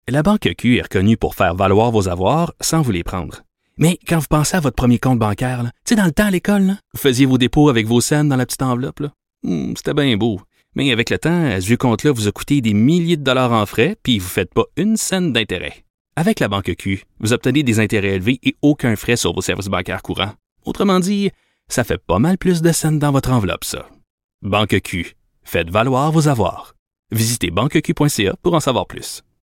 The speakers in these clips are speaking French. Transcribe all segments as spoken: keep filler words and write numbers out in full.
La Banque Q est reconnue pour faire valoir vos avoirs sans vous les prendre. Mais quand vous pensez à votre premier compte bancaire, tu sais, dans le temps à l'école, là, vous faisiez vos dépôts avec vos scènes dans la petite enveloppe. Là. Hum, c'était bien beau. Mais avec le temps, ce vieux compte-là vous a coûté des milliers de dollars en frais, puis vous ne faites pas une scène d'intérêt. Avec la Banque Q, vous obtenez des intérêts élevés et aucun frais sur vos services bancaires courants. Autrement dit, ça fait pas mal plus de scènes dans votre enveloppe, ça. Banque Q. Faites valoir vos avoirs. Visitez banque q point c a pour en savoir plus.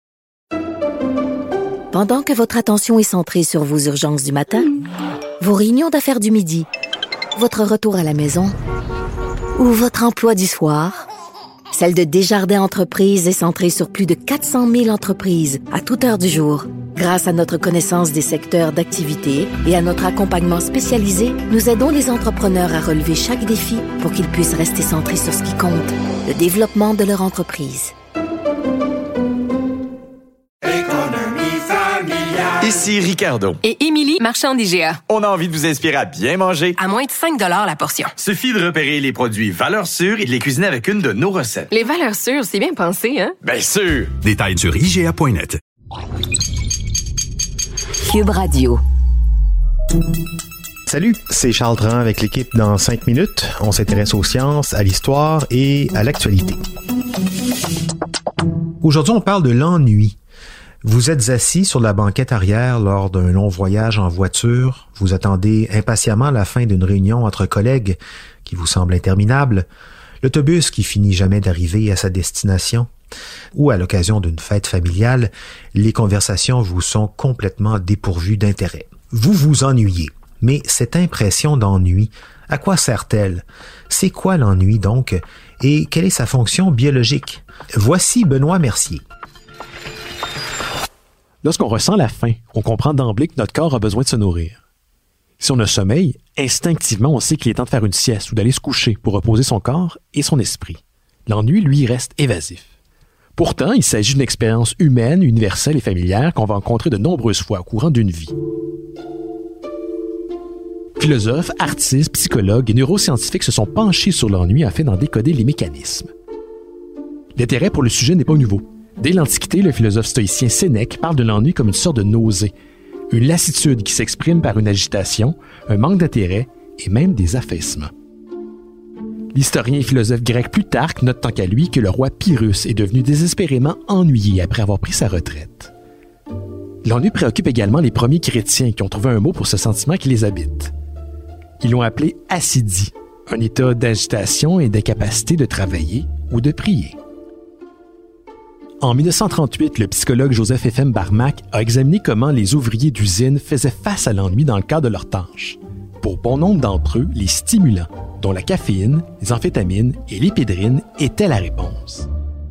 Pendant que votre attention est centrée sur vos urgences du matin, vos réunions d'affaires du midi, votre retour à la maison ou votre emploi du soir, celle de Desjardins Entreprises est centrée sur plus de quatre cent mille entreprises à toute heure du jour. Grâce à notre connaissance des secteurs d'activité et à notre accompagnement spécialisé, nous aidons les entrepreneurs à relever chaque défi pour qu'ils puissent rester centrés sur ce qui compte, le développement de leur entreprise. Ici Ricardo. Et Émilie, marchand d'I G A. On a envie de vous inspirer à bien manger. À moins de cinq dollars la portion. Suffit de repérer les produits valeurs sûres et de les cuisiner avec une de nos recettes. Les valeurs sûres, c'est bien pensé, hein? Bien sûr! Détails sur I G A point net. Cube Radio. Salut, c'est Charles Dran avec l'équipe dans cinq minutes. On s'intéresse aux sciences, à l'histoire et à l'actualité. Aujourd'hui, on parle de l'ennui. Vous êtes assis sur la banquette arrière lors d'un long voyage en voiture. Vous attendez impatiemment la fin d'une réunion entre collègues qui vous semble interminable. L'autobus qui finit jamais d'arriver à sa destination. Ou à l'occasion d'une fête familiale, les conversations vous sont complètement dépourvues d'intérêt. Vous vous ennuyez. Mais cette impression d'ennui, à quoi sert-elle? C'est quoi l'ennui donc? Et quelle est sa fonction biologique? Voici Benoît Mercier. Lorsqu'on ressent la faim, on comprend d'emblée que notre corps a besoin de se nourrir. Si on a sommeil, instinctivement, on sait qu'il est temps de faire une sieste ou d'aller se coucher pour reposer son corps et son esprit. L'ennui, lui, reste évasif. Pourtant, il s'agit d'une expérience humaine, universelle et familière qu'on va rencontrer de nombreuses fois au courant d'une vie. Philosophes, artistes, psychologues et neuroscientifiques se sont penchés sur l'ennui afin d'en décoder les mécanismes. L'intérêt pour le sujet n'est pas nouveau. Dès l'Antiquité, le philosophe stoïcien Sénèque parle de l'ennui comme une sorte de nausée, une lassitude qui s'exprime par une agitation, un manque d'intérêt et même des affaissements. L'historien et philosophe grec Plutarque note tant qu'à lui que le roi Pyrrhus est devenu désespérément ennuyé après avoir pris sa retraite. L'ennui préoccupe également les premiers chrétiens qui ont trouvé un mot pour ce sentiment qui les habite. Ils l'ont appelé acidie, un état d'agitation et d'incapacité de travailler ou de prier. En dix-neuf cent trente-huit, le psychologue Joseph F M Barmak a examiné comment les ouvriers d'usine faisaient face à l'ennui dans le cadre de leurs tâches. Pour bon nombre d'entre eux, les stimulants, dont la caféine, les amphétamines et l'épédrine, étaient la réponse.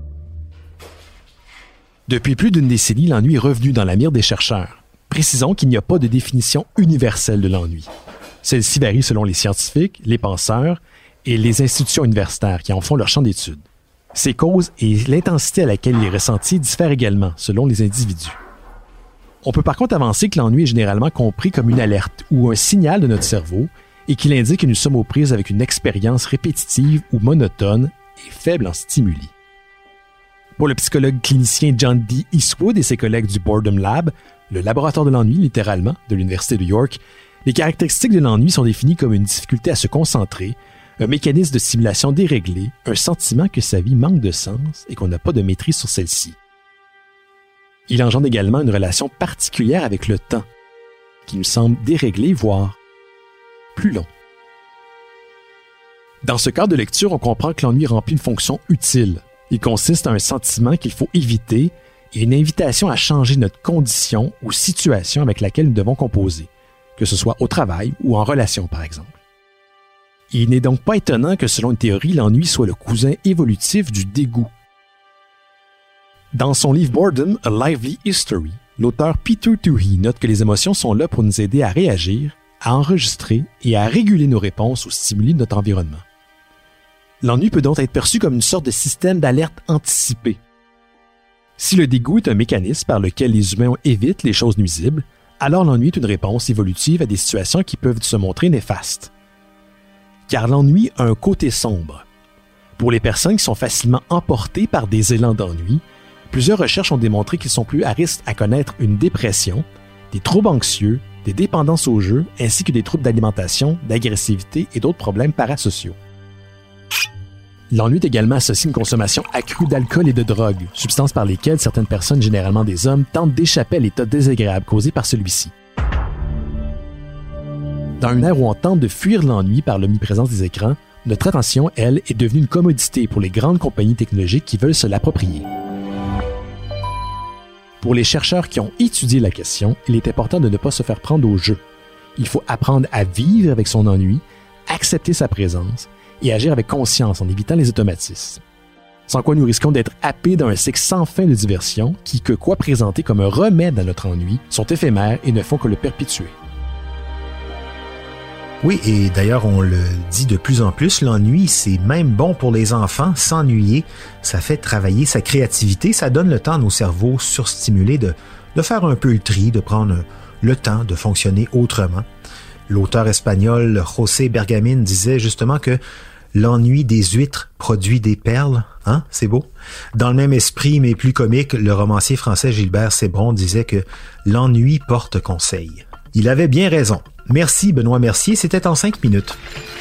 Depuis plus d'une décennie, l'ennui est revenu dans la mire des chercheurs. Précisons qu'il n'y a pas de définition universelle de l'ennui. Celle-ci varie selon les scientifiques, les penseurs et les institutions universitaires qui en font leur champ d'étude. Ses causes et l'intensité à laquelle il est ressenti diffèrent également selon les individus. On peut par contre avancer que l'ennui est généralement compris comme une alerte ou un signal de notre cerveau et qu'il indique que nous sommes aux prises avec une expérience répétitive ou monotone et faible en stimuli. Pour le psychologue clinicien John D. Eastwood et ses collègues du Boredom Lab, le laboratoire de l'ennui littéralement de l'Université de York, les caractéristiques de l'ennui sont définies comme une difficulté à se concentrer, un mécanisme de stimulation déréglé, un sentiment que sa vie manque de sens et qu'on n'a pas de maîtrise sur celle-ci. Il engendre également une relation particulière avec le temps, qui nous semble déréglé, voire plus long. Dans ce cadre de lecture, on comprend que l'ennui remplit une fonction utile. Il consiste à un sentiment qu'il faut éviter et une invitation à changer notre condition ou situation avec laquelle nous devons composer, que ce soit au travail ou en relation, par exemple. Il n'est donc pas étonnant que, selon une théorie, l'ennui soit le cousin évolutif du dégoût. Dans son livre Boredom, A Lively History, l'auteur Peter Toohey note que les émotions sont là pour nous aider à réagir, à enregistrer et à réguler nos réponses aux stimuli de notre environnement. L'ennui peut donc être perçu comme une sorte de système d'alerte anticipé. Si le dégoût est un mécanisme par lequel les humains évitent les choses nuisibles, alors l'ennui est une réponse évolutive à des situations qui peuvent se montrer néfastes. Car l'ennui a un côté sombre. Pour les personnes qui sont facilement emportées par des élans d'ennui, Plusieurs recherches ont démontré qu'ils sont plus à risque à connaître une dépression, des troubles anxieux, des dépendances aux jeux, ainsi que des troubles d'alimentation, d'agressivité et d'autres problèmes parasociaux. L'ennui est également associé à une consommation accrue d'alcool et de drogue, substances par lesquelles certaines personnes, généralement des hommes, tentent d'échapper à l'état désagréable causé par celui-ci. Dans une ère où on tente de fuir l'ennui par l'omniprésence des écrans, notre attention, elle, est devenue une commodité pour les grandes compagnies technologiques qui veulent se l'approprier. Pour les chercheurs qui ont étudié la question, il est important de ne pas se faire prendre au jeu. Il faut apprendre à vivre avec son ennui, accepter sa présence et agir avec conscience en évitant les automatismes. Sans quoi nous risquons d'être happés dans un cycle sans fin de diversion qui, que quoi présenter comme un remède à notre ennui, sont éphémères et ne font que le perpétuer. Oui, et d'ailleurs, on le dit de plus en plus, l'ennui, c'est même bon pour les enfants. S'ennuyer, ça fait travailler sa créativité, ça donne le temps à nos cerveaux surstimulés de, de faire un peu le tri, de prendre le temps de fonctionner autrement. L'auteur espagnol José Bergamin disait justement que l'ennui des huîtres produit des perles, hein, c'est beau. Dans le même esprit, mais plus comique, le romancier français Gilbert Cébron disait que l'ennui porte conseil. Il avait bien raison. Merci Benoît Mercier, c'était en cinq minutes.